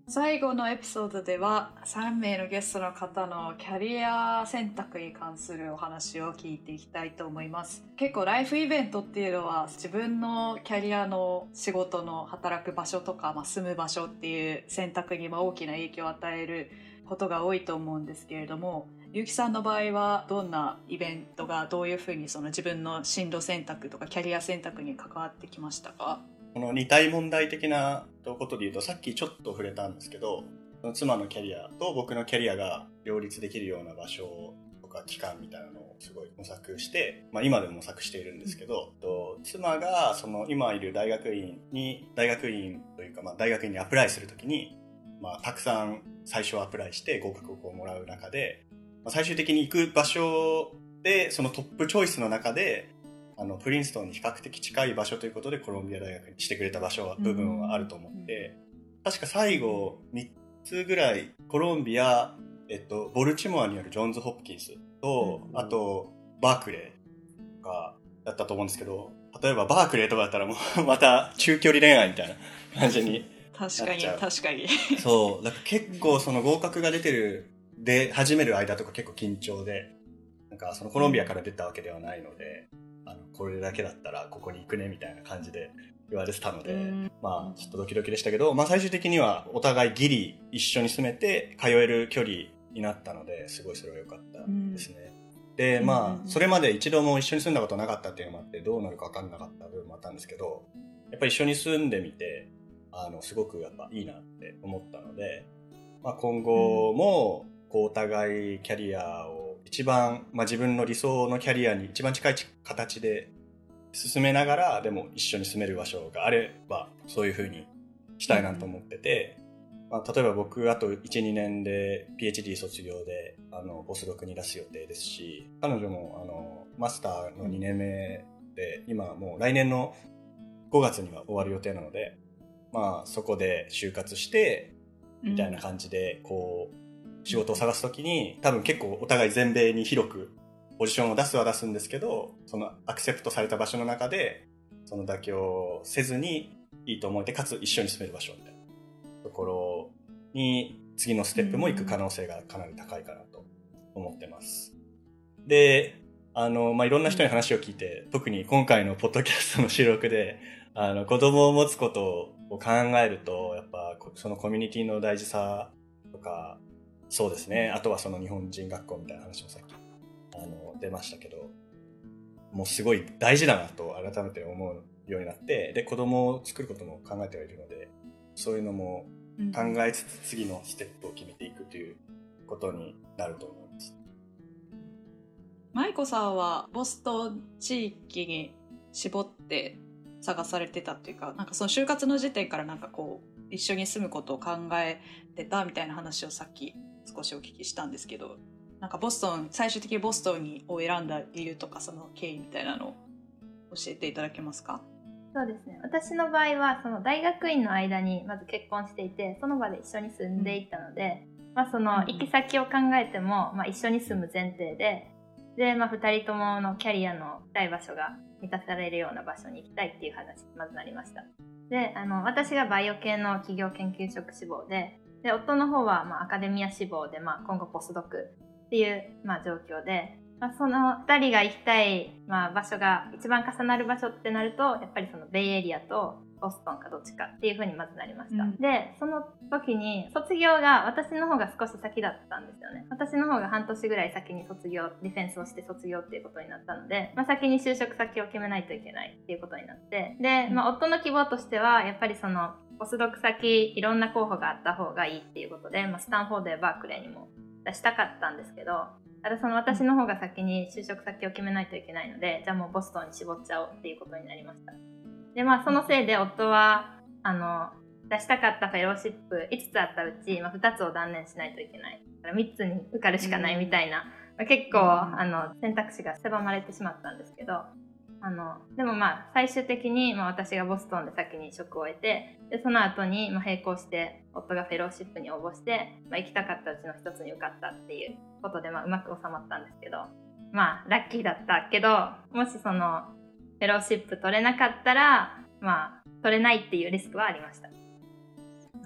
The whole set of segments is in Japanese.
最後のエピソードでは3名のゲストの方のキャリア選択に関するお話を聞いていきたいと思います。結構ライフイベントっていうのは自分のキャリアの仕事の働く場所とか、住む場所っていう選択に大きな影響を与えることが多いと思うんですけれども、ゆうきさんの場合はどんなイベントがどういうふうにその自分の進路選択とかキャリア選択に関わってきましたか？ この二体問題的なことで言うと、さっきちょっと触れたんですけど、妻のキャリアと僕のキャリアが両立できるような場所とか期間みたいなのをすごい模索して、今でも模索しているんですけど、妻がその今いる大学院というか、大学院にアプライするときに、たくさん最初アプライして合格をもらう中で、最終的に行く場所でそのトップチョイスの中でプリンストンに比較的近い場所ということでコロンビア大学にしてくれた部分はあると思って、確か最後3つぐらいコロンビア、ボルチモアにあるジョンズ・ホプキンスと、あとバークレーとかだったと思うんですけど、例えばバークレーとかだったらもうまた中距離恋愛みたいな感じになっちゃう。 確かにそうだから結構その合格が出てるで始める間とか結構緊張で、なんかそのコロンビアから出たわけではないので、これだけだったらここに行くねみたいな感じで言われてたので、ちょっとドキドキでしたけど、最終的にはお互いギリ一緒に住めて通える距離になったので、すごいそれは良かったですね。で、それまで一度も一緒に住んだことなかったっていうのもあって、どうなるか分かんなかった部分もあったんですけど、やっぱり一緒に住んでみてすごくやっぱいいなって思ったので、今後もこうお互いキャリアを一番、自分の理想のキャリアに一番近い形で進めながら、でも一緒に住める場所があればそういう風にしたいなと思ってて、例えば僕あと 1,2 年で PhD 卒業でポスドクに出す予定ですし、彼女もマスターの2年目で今もう来年の5月には終わる予定なので、そこで就活してみたいな感じでこう仕事を探すときに、多分結構お互い全米に広くポジションを出すんですけど、そのアクセプトされた場所の中でその妥協せずにいいと思えて、かつ一緒に住める場所みたいなところに次のステップも行く可能性がかなり高いかなと思ってます。で、いろんな人に話を聞いて、特に今回のポッドキャストの収録で子供を持つことを考えると、やっぱそのコミュニティの大事さとか、そうですね、あとはその日本人学校みたいな話もさっき出ましたけど、もうすごい大事だなと改めて思うようになって、で子供を作ることも考えてはいるので、そういうのも考えつつ次のステップを決めていくということになると思います。 舞子さんはボストン地域に絞って探されてたっていうか、なんかその就活の時点からなんかこう一緒に住むことを考えてたみたいな話をさっき少しお聞きしたんですけど、なんか最終的にボストンを選んだ理由とかその経緯みたいなのを教えていただけますか？ そうですね、私の場合はその大学院の間にまず結婚していて、その場で一緒に住んでいったので、その行き先を考えても、一緒に住む前提で、2人とものキャリアの行きたい場所が満たされるような場所に行きたいっていう話にまずなりました。で、私がバイオ系の企業研究職志望で、夫の方はアカデミア志望で、今後ポスドクっていう、状況で、その2人が行きたい、場所が一番重なる場所ってなると、やっぱりそのベイエリアとボストンかどっちかっていう風にまずなりました。で、その時に卒業が私の方が少し先だったんですよね。私の方が半年ぐらい先にディフェンスをして卒業っていうことになったので、先に就職先を決めないといけないっていうことになって、で、夫の希望としてはやっぱりそのポスドク先いろんな候補があった方がいいっていうことで、スタンフォードやバークレーにも出したかったんですけど、その私の方が先に就職先を決めないといけないので、じゃあもうボストンに絞っちゃおうっていうことになりました。で、そのせいで夫は出したかったフェローシップ5つあったうち、2つを断念しないといけない。だから3つに受かるしかないみたいな、結構選択肢が狭まれてしまったんですけど、でも最終的に私がボストンで先に職を得て、でその後に並行して夫がフェローシップに応募して、行きたかったうちの1つに受かったっていうことで、うまく収まったんですけど、ラッキーだったけど、もしそのフェローシップ取れなかったら取れないっていうリスクはありました。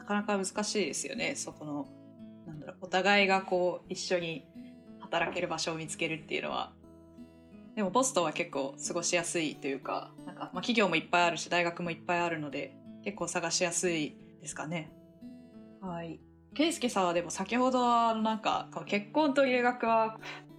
かなか難しいですよね。そこのお互いがこう一緒に働ける場所を見つけるっていうのは。でもボストンは結構過ごしやすいというか、企業もいっぱいあるし大学もいっぱいあるので結構探しやすいですかね。はい。ケイスケさんはでも先ほど結婚と留学は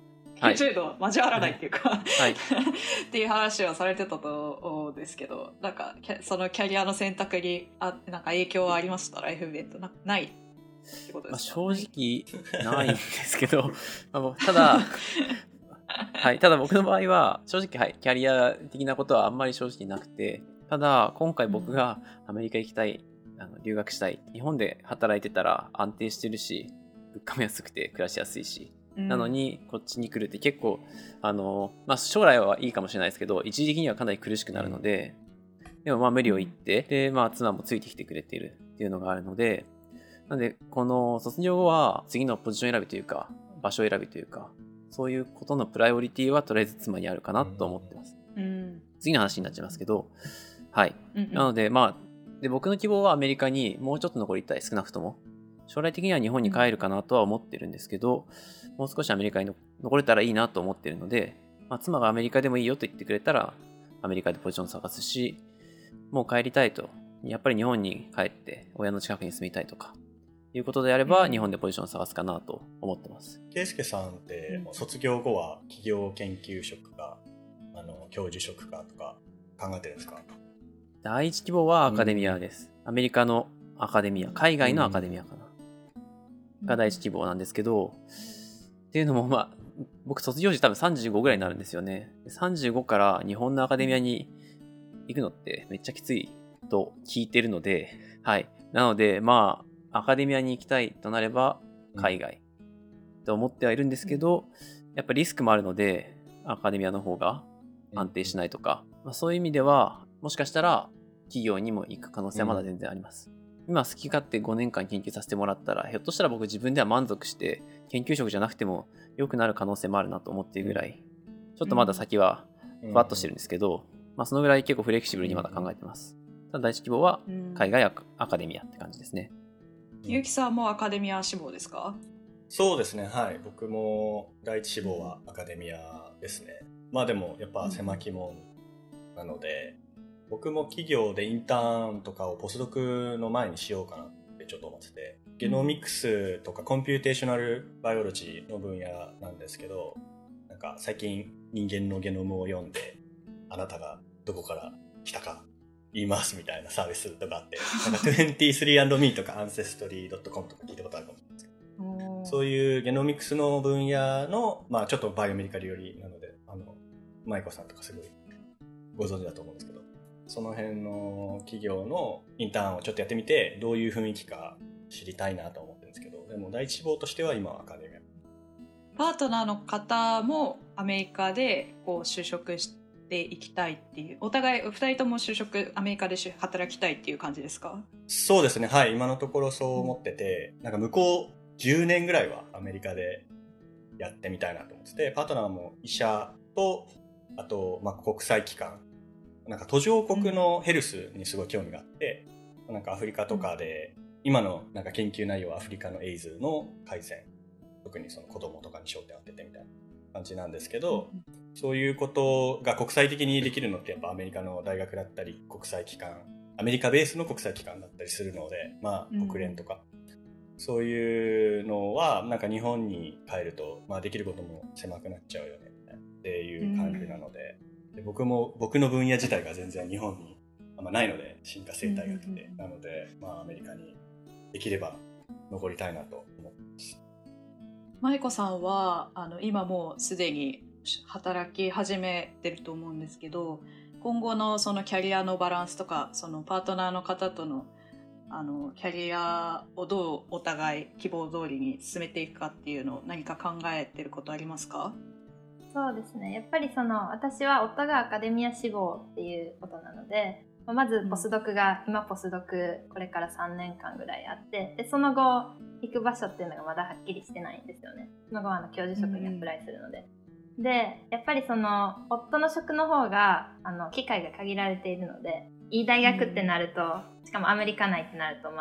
90度交わらないっていうか、はい、っていう話をされてたと思うんですけど、そのキャリアの選択に影響はありました？ライフイベントないってことですか？ 正直ないんですけどただはい、ただ僕の場合は正直、はい、キャリア的なことはあんまり正直なくて、ただ今回僕がアメリカ行きたい、留学したい、日本で働いてたら安定してるし物価も安くて暮らしやすいし、なのにこっちに来るって結構将来はいいかもしれないですけど一時的にはかなり苦しくなるので、でも無理を言ってで、妻もついてきてくれているっていうのがあるので、なのでこの卒業後は次のポジション選びというか場所選びというかそういうことのプライオリティはとりあえず妻にあるかなと思ってます。次の話になっちゃいますけど、はい。なのでで僕の希望はアメリカにもうちょっと残りたい、少なくとも。将来的には日本に帰るかなとは思ってるんですけど、もう少しアメリカに残れたらいいなと思ってるので、妻がアメリカでもいいよと言ってくれたらアメリカでポジション探すし、もう帰りたいと、やっぱり日本に帰って親の近くに住みたいとかいうことであれば、日本でポジションを探すかなと思ってます。 圭介さんって卒業後は企業研究職か教授職かとか考えてるんですか？ 第一希望はアカデミアです。アメリカのアカデミア、海外のアカデミアかな、が第一希望なんですけど、っていうのも僕卒業時多分35ぐらいになるんですよね。35から日本のアカデミアに行くのってめっちゃきついと聞いてるので、はい。なのでアカデミアに行きたいとなれば海外と思ってはいるんですけど、やっぱりリスクもあるのでアカデミアの方が安定しないとか、そういう意味ではもしかしたら企業にも行く可能性はまだ全然あります。今好き勝手5年間研究させてもらったら、ひょっとしたら僕自分では満足して研究職じゃなくても良くなる可能性もあるなと思っているぐらい、ちょっとまだ先はふわっとしてるんですけど、そのぐらい結構フレキシブルにまだ考えてます。ただ第一希望は海外アカデミアって感じですね。 ゆうきさんもアカデミア志望ですか？ そうですね、はい。僕も第一志望はアカデミアですね。でもやっぱ狭き門なので、僕も企業でインターンとかをポスドクの前にしようかなってちょっと思ってて、ゲノミクスとかコンピューテーショナルバイオロジーの分野なんですけど、最近人間のゲノムを読んであなたがどこから来たか言いますみたいなサービスとかあって、23andMe とか Ancestry.com とか聞いたことあるかもしれないですけど、そういうゲノミクスの分野のちょっとバイオメディカル寄りなので、舞子さんとかすごいご存知だと思うんですけど、その辺の企業のインターンをちょっとやってみてどういう雰囲気か知りたいなと思ってるんですけど、でも第一志望としては今はアカデミア。 パートナーの方もアメリカで就職していきたいっていう、お互い2人ともアメリカで働きたいっていう感じですか？ そうですね、はい。今のところそう思ってて、向こう10年ぐらいはアメリカでやってみたいなと思ってて、パートナーも医者とあと国際機関、途上国のヘルスにすごい興味があって、アフリカとかで、今の研究内容はアフリカのエイズの改善、特にその子供とかに焦点を当ててみたいな感じなんですけど、そういうことが国際的にできるのってやっぱアメリカの大学だったり国際機関、アメリカベースの国際機関だったりするので、国連とか、そういうのは日本に帰ると、できることも狭くなっちゃうよねっていう感じなので、で僕の分野自体が全然日本にないので、進化生態学で、なのでアメリカにできれば残りたいなと思ってます。 舞子さんは今もうすでに働き始めてると思うんですけど、今後のそのキャリアのバランスとか、そのパートナーの方とのキャリアをどうお互い希望通りに進めていくかっていうのを何か考えてることありますか？ そうですね、やっぱり私は夫がアカデミア志望っていうことなので、まずポスドクが、今ポスドクこれから3年間ぐらいあって、でその後行く場所っていうのがまだはっきりしてないんですよね。その後は教授職にアプライするので、でやっぱり夫の職の方が機会が限られているので、いい大学ってなると、しかもアメリカ内ってなると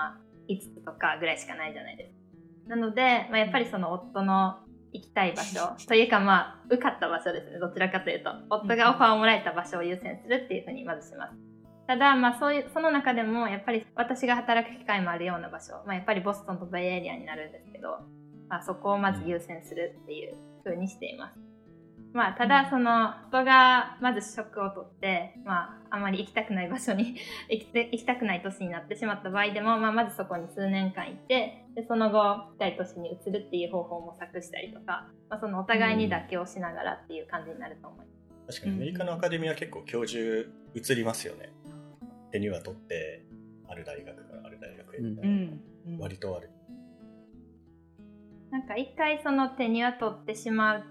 5つとかぐらいしかないじゃないですか。なので、やっぱりその夫の行きたい場所というか受かった場所ですね。どちらかというと夫がオファーをもらえた場所を優先するっていうふうにまずします。ただその中でもやっぱり私が働く機会もあるような場所、やっぱりボストンとベイエリアになるんですけど、そこをまず優先するっていうふうにしています。ただその夫がまず職を取ってあまり行きたくない場所に行きたくない都市になってしまった場合でも、まずそこに数年間いて、でその後行きたい都市に移るっていう方法を模索したりとか、そのお互いに妥協しながらっていう感じになると思います。 確かにアメリカのアカデミーは結構教授移りますよね。テニュア取ってある大学からある大学へみたいな、割とある。 なんか一回そのテニュア取ってしま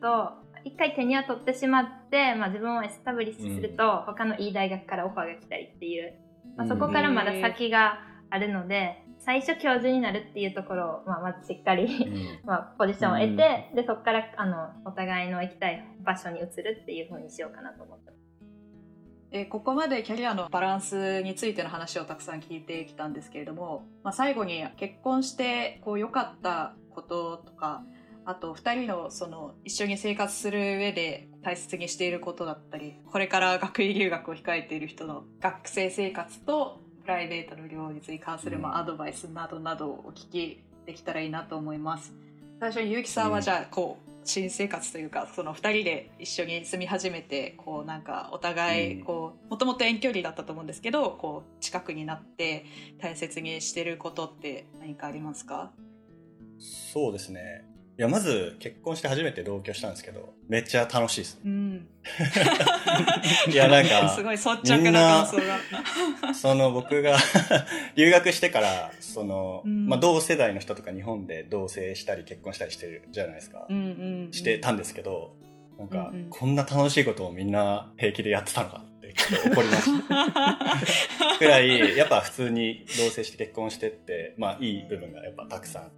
って、自分をエスタブリッシュすると、他のいい大学からオファーが来たりっていう、そこからまだ先があるので、最初教授になるっていうところを、まずしっかりポジションを得て、でそこからお互いの行きたい場所に移るっていう風にしようかなと思ってます。 ここまでキャリアのバランスについての話をたくさん聞いてきたんですけれども、最後に結婚して良かったこととか、あと2人の一緒に生活する上で大切にしていることだったり、これから学位留学を控えている人の学生生活とプライベートの両立に関するアドバイスなどなどをお聞きできたらいいなと思います。最初に結城さんはじゃあ新生活というか、その2人で一緒に住み始めてなんかお互いもともと遠距離だったと思うんですけど、近くになって大切にしてることって何かありますか？ そうですね、いやまず結婚して初めて同居したんですけど、めっちゃ楽しいです、いやなんかすごい率直な感想が僕が留学してから同世代の人とか日本で同棲したり結婚したりしてるじゃないですか、してたんですけど、なんか、こんな楽しいことをみんな平気でやってたのかってちょっと怒りましたくらい、やっぱ普通に同棲して結婚してっていい部分がやっぱたくさんあって、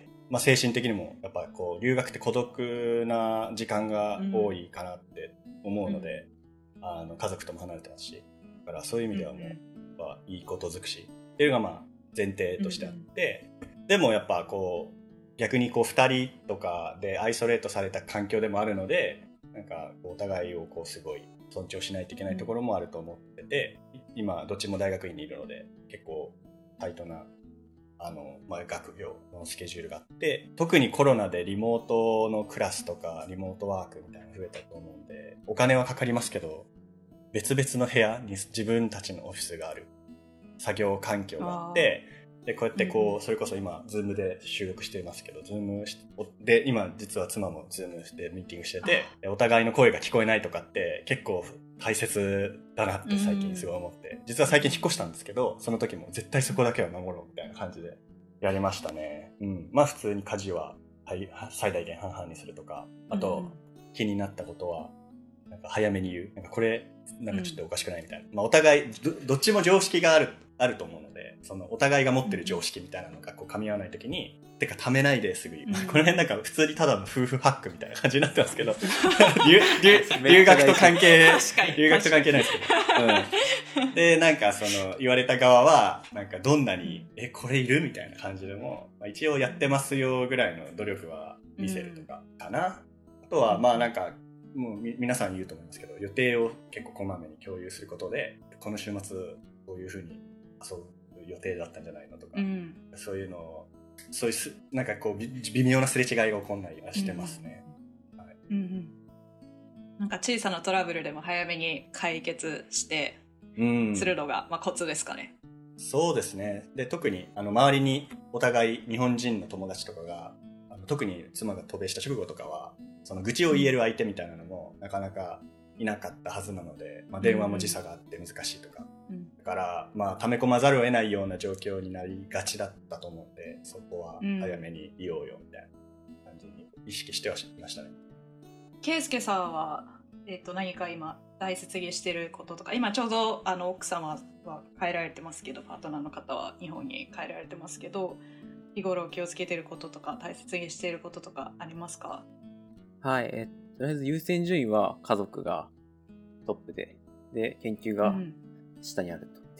精神的にもやっぱ留学って孤独な時間が多いかなって思うので、家族とも離れてますし、だからそういう意味ではもう、いいこと尽くしっていうのが前提としてあって、でもやっぱ逆に2人とかでアイソレートされた環境でもあるので、なんかお互いをすごい尊重しないといけないところもあると思ってて、今どっちも大学院にいるので結構タイトな学業のスケジュールがあって、特にコロナでリモートのクラスとかリモートワークみたいなの増えたと思うんで、お金はかかりますけど、別々の部屋に自分たちのオフィスがある、作業環境があって、でこうやってそれこそ今ズームで収録していますけど、ズームで今実は妻もズームでミーティングしてて、お互いの声が聞こえないとかって結構大切だなって最近すごい思って、実は最近引っ越したんですけど、その時も絶対そこだけは守ろうみたいな感じでやりましたね。普通に家事は最大限半々にするとか、あと気になったことはなんか早めに言う、なんかこれなんかちょっとおかしくないみたいな、お互い どっちも常識があると思うので、お互いが持ってる常識みたいなのが噛み合わないときに、てかためないですぐ言う、この辺なんか普通にただの夫婦ハックみたいな感じになってますけど留学と関係ないですけど、でなんか言われた側はなんかどんなにこれいるみたいな感じでも、一応やってますよぐらいの努力は見せるとかかな。あとはなんかもう皆さん言うと思いますけど、予定を結構こまめに共有することで、この週末こういう風に遊ぶ予定だったんじゃないのとか、そういうのをなんか微妙なすれ違いが起こんないようにしてますね。 なんか小さなトラブルでも早めに解決してするのがコツですかね。 そうですね。で特に周りにお互い日本人の友達とかが、特に妻が渡米した直後とかは愚痴を言える相手みたいなのもなかなかいなかったはずなので、電話も時差があって難しいとか、だから溜め込まざるを得ないような状況になりがちだったと思うので、そこは早めに言おうよみたいな感じに意識してはいましたね。 圭介さんは、何か今大切にしてることとか、今ちょうど奥様は帰られてますけど、パートナーの方は日本に帰られてますけど、日頃気をつけてることとか大切にしていることとかありますか？ はい、とりあえず優先順位は家族がトップで研究が下にあると。で、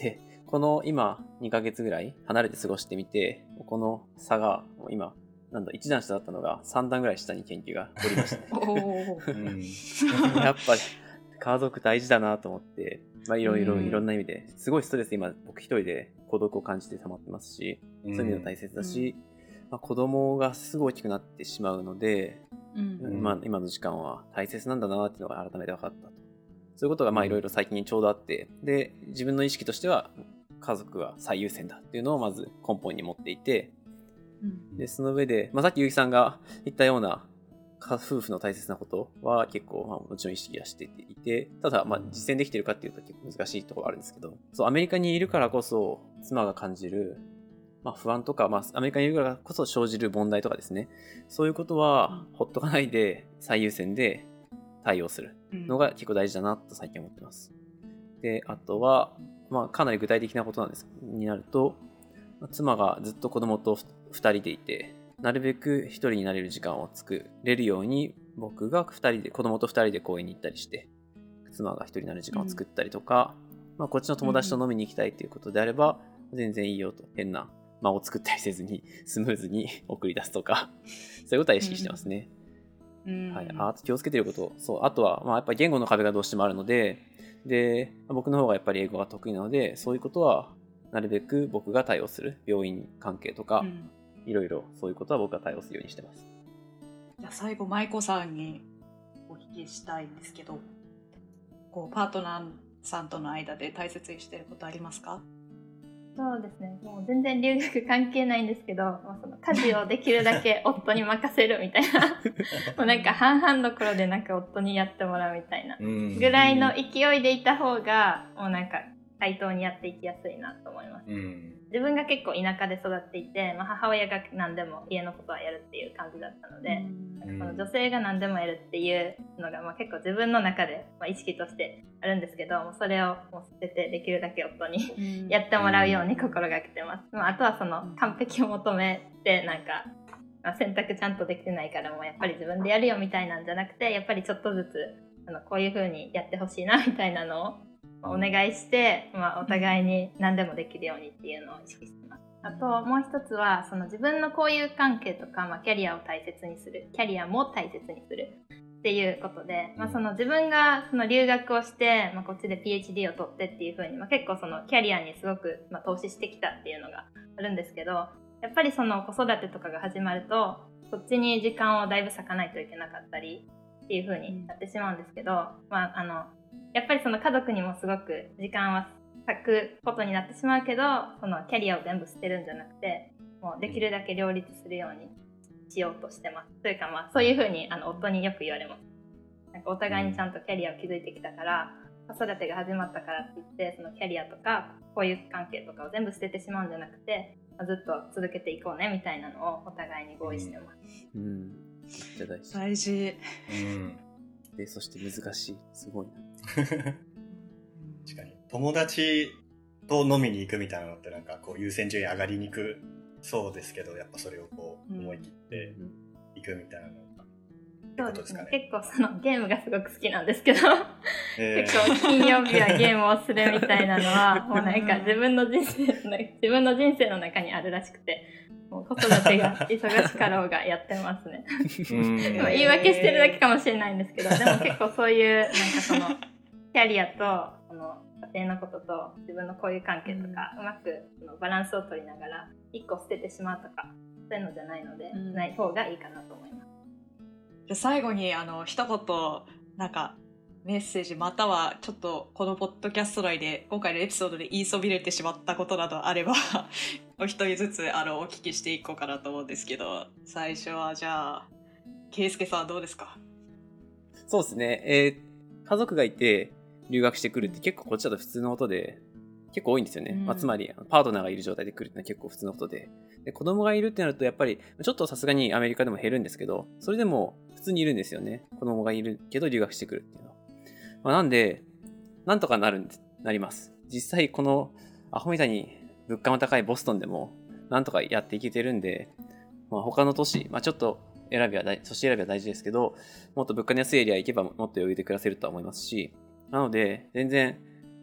この今2ヶ月ぐらい離れて過ごしてみて、この差がもう今、1段下だったのが3段ぐらい下に研究がおりましたね。やっぱり家族大事だなと思って、いろんな意味ですごいストレス今僕一人で孤独を感じて溜まってますし、そういう意味でも大切だし、子供がすぐ大きくなってしまうので、今の時間は大切なんだなっていうのが改めて分かったと。そういうことがいろいろ最近ちょうどあって、で自分の意識としては家族は最優先だっていうのをまず根本に持っていて、でその上で、さっき結城さんが言ったような夫婦の大切なことは結構、もちろん意識はしていて、ただ、実践できてるかっていうと結構難しいところあるんですけど、アメリカにいるからこそ妻が感じる、不安とか、アメリカにいるからこそ生じる問題とかですね、そういうことはほっとかないで最優先で対応するのが結構大事だなと最近思ってます。で、あとは、かなり具体的なことになると、妻がずっと子供と2人でいて、なるべく1人になれる時間を作れるように、僕が子供と2人で公園に行ったりして、妻が1人になる時間を作ったりとか、こっちの友達と飲みに行きたいということであれば、全然いいよと、変な間を作ったりせずにスムーズに送り出すとか、そういうことは意識してますね。はい、あと気をつけてること、あとはやっぱり言語の壁がどうしてもあるので、僕の方がやっぱり英語が得意なので、そういうことはなるべく僕が対応する病院関係とか、いろいろそういうことは僕が対応するようにしてます。 じゃあ最後舞子さんにお聞きしたいんですけど、パートナーさんとの間で大切にしていることありますか？ そうですね、もう全然留学関係ないんですけど、その家事をできるだけ夫に任せるみたいなもうなんか半々どころで夫にやってもらうみたいなぐらいの勢いでいた方が、もう対等にやっていきやすいなと思います。自分が結構田舎で育っていて、母親が何でも家のことはやるっていう感じだったので、その女性が何でもやるっていうのが、結構自分の中で、意識としてあるんですけど、それをもう捨ててできるだけ夫にやってもらうように心がけてます。あとはその完璧を求めて選択ちゃんとできてないからもうやっぱり自分でやるよみたいなんじゃなくて、やっぱりちょっとずつこういう風にやってほしいなみたいなのをお願いして、お互いに何でもできるようにっていうのを意識してます。あともう一つは、その自分の交友関係とか、キャリアを大切にする、キャリアも大切にするっていうことで、その自分がその留学をして、こっちで PhD を取ってっていう風に、結構そのキャリアにすごく、投資してきたっていうのがあるんですけど、やっぱりその子育てとかが始まると、そっちに時間をだいぶ割かないといけなかったりっていう風になってしまうんですけど、やっぱりその家族にもすごく時間は割くことになってしまうけど、そのキャリアを全部捨てるんじゃなくて、もうできるだけ両立するようにしようとしてます。というかそういうふうに夫によく言われます。お互いにちゃんとキャリアを築いてきたから、子育てが始まったからって言ってそのキャリアとか交友関係とかを全部捨ててしまうんじゃなくて、ずっと続けていこうねみたいなのをお互いに合意してます。 めっちゃ大事。 で、そして難しい。すごいな。 確かに友達と飲みに行くみたいなのって優先順位上がりにくそうですけど、やっぱそれを思い切って行くみたいなのそうですね。結構そのゲームがすごく好きなんですけど、結構金曜日はゲームをするみたいなのはもう自分の人生の中にあるらしくて、もう子育てが忙しかろうがやってますね。言い訳してるだけかもしれないんですけど、でも結構そういうそのキャリアとその家庭のことと自分の交友関係とか、うまくそのバランスを取りながら一個捨ててしまうとかそういうのじゃないので、ない方がいいかなと思います。 じゃ最後に一言メッセージ、またはちょっとこのポッドキャスト内で今回のエピソードで言いそびれてしまったことなどあればお一人ずつお聞きしていこうかなと思うんですけど、最初はじゃあ圭介さんどうですか？ そうですね、家族がいて留学してくるって結構こっちだと普通のことで結構多いんですよね。つまりパートナーがいる状態で来るってのは結構普通のことで、子供がいるってなるとやっぱりちょっとさすがにアメリカでも減るんですけど、それでも普通にいるんですよね。子供がいるけど留学してくるっていうのは、なんでなんとかなります。実際このアホみたいに物価の高いボストンでもなんとかやっていけてるんで、他の都市、ちょっと都市選びは大事ですけど、もっと物価の安いエリア行けばもっと余裕で暮らせるとは思いますし、なので全然子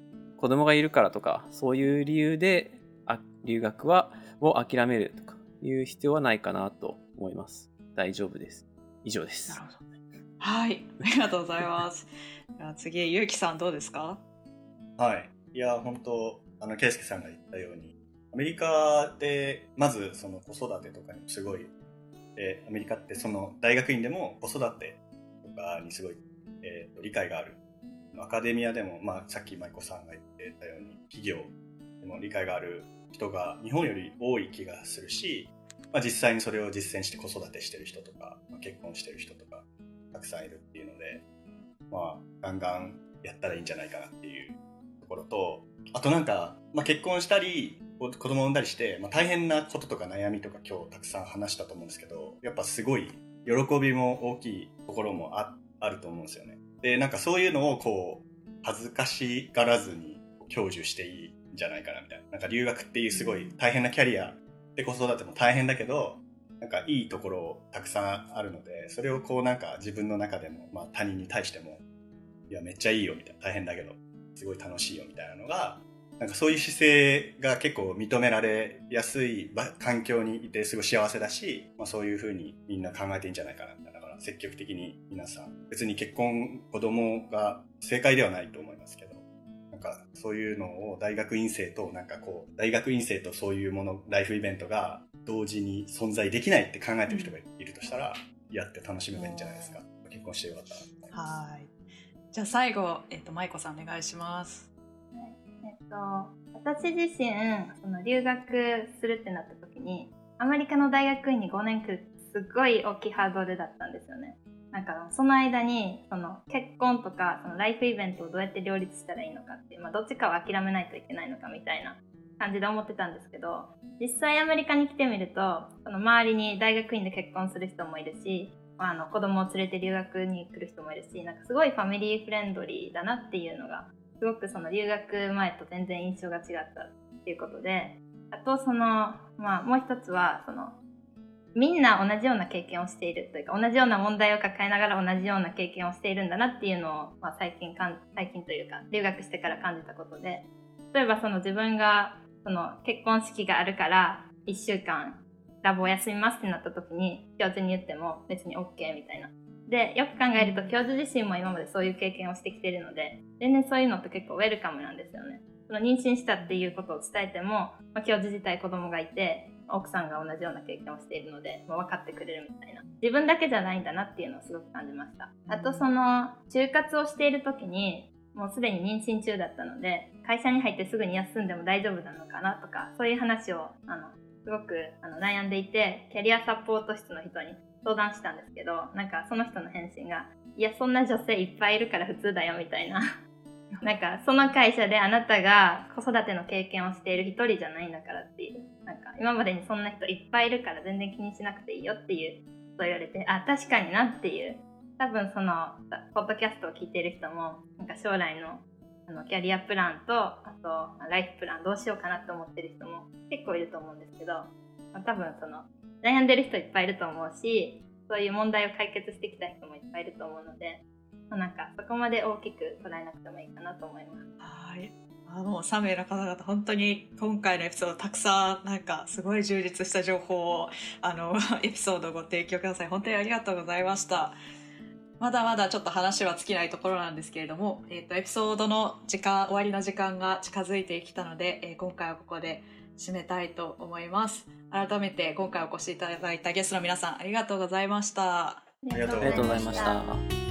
子供がいるからとかそういう理由で留学を諦めるとかいう必要はないかなと思います。大丈夫です。以上です。 なるほど。はい、ありがとうございます。では次、ゆうきさんどうですか？ はい。いや、本当圭介さんが言ったように、アメリカでまずその子育てとかにもすごい、アメリカってその大学院でも子育てとかにすごい、理解がある。アカデミアでも、さっき舞子さんが言ってたように企業でも理解がある人が日本より多い気がするし、実際にそれを実践して子育てしてる人とか、結婚してる人とかたくさんいるっていうので、ガンガンやったらいいんじゃないかなっていうところと、あと結婚したり子供を産んだりして、大変なこととか悩みとか今日たくさん話したと思うんですけど、やっぱすごい喜びも大きいところもあると思うんですよね。でそういうのを恥ずかしがらずに享受していいんじゃないかなみたいな。留学っていうすごい大変なキャリアで子育ても大変だけど、いいところたくさんあるので、それを自分の中でも、他人に対しても、いやめっちゃいいよみたいな、大変だけどすごい楽しいよみたいなのが、そういう姿勢が結構認められやすい環境にいてすごい幸せだし、そういう風にみんな考えていいんじゃないかなみたいな。だから積極的に皆さん、別に結婚子供が正解ではないと思いますけど、そういうのを大学院生と大学院生とそういうもの、ライフイベントが同時に存在できないって考えてる人がいるとしたら、やって楽しめばいいんじゃないですか。結婚してよかったらと思います。 はい。じゃあ最後、舞子さんお願いします。 私自身その留学するってなった時に、アメリカの大学院に5年来るすっごい大きいハードルだったんですよね。その間にその結婚とかそのライフイベントをどうやって両立したらいいのかっていう、どっちかを諦めないといけないのかみたいな感じで思ってたんですけど、実際アメリカに来てみると、その周りに大学院で結婚する人もいるし、子供を連れて留学に来る人もいるし、すごいファミリーフレンドリーだなっていうのがすごくその留学前と全然印象が違ったっていうことで、あともう一つはみんな同じような経験をしているというか、同じような問題を抱えながら同じような経験をしているんだなっていうのを、最近というか留学してから感じたことで、例えば自分が結婚式があるから1週間ラボを休みますってなった時に教授に言っても別に OK みたいな。でよく考えると教授自身も今までそういう経験をしてきているので、全然そういうのって結構ウェルカムなんですよね。妊娠したっていうことを伝えても、教授自体子供がいて奥さんが同じような経験をしているので、分かってくれるみたいな、自分だけじゃないんだなっていうのをすごく感じました。あと就活をしている時にもうすでに妊娠中だったので、会社に入ってすぐに休んでも大丈夫なのかなとか、そういう話をすごく悩んでいて、キャリアサポート室の人に相談したんですけど、その人の返信が、いやそんな女性いっぱいいるから普通だよみたいなその会社であなたが子育ての経験をしている一人じゃないんだからっていう、今までにそんな人いっぱいいるから全然気にしなくていいよっていうことを言われて、確かになっていう。多分ポッドキャストを聞いている人も将来のキャリアプランと、あとライフプランどうしようかなって思ってる人も結構いると思うんですけど、多分悩んでる人いっぱいいると思うし、そういう問題を解決してきた人もいっぱいいると思うので、そこまで大きく捉えなくてもいいかなと思います。 はい。もう3名の方々本当に今回のエピソードたくさんすごい充実した情報をエピソードをご提供ください。本当にありがとうございました。まだまだちょっと話は尽きないところなんですけれども、エピソードの終わりの時間が近づいてきたので、今回はここで締めたいと思います。改めて今回お越しいただいたゲストの皆さんありがとうございました。 ありがとうございました。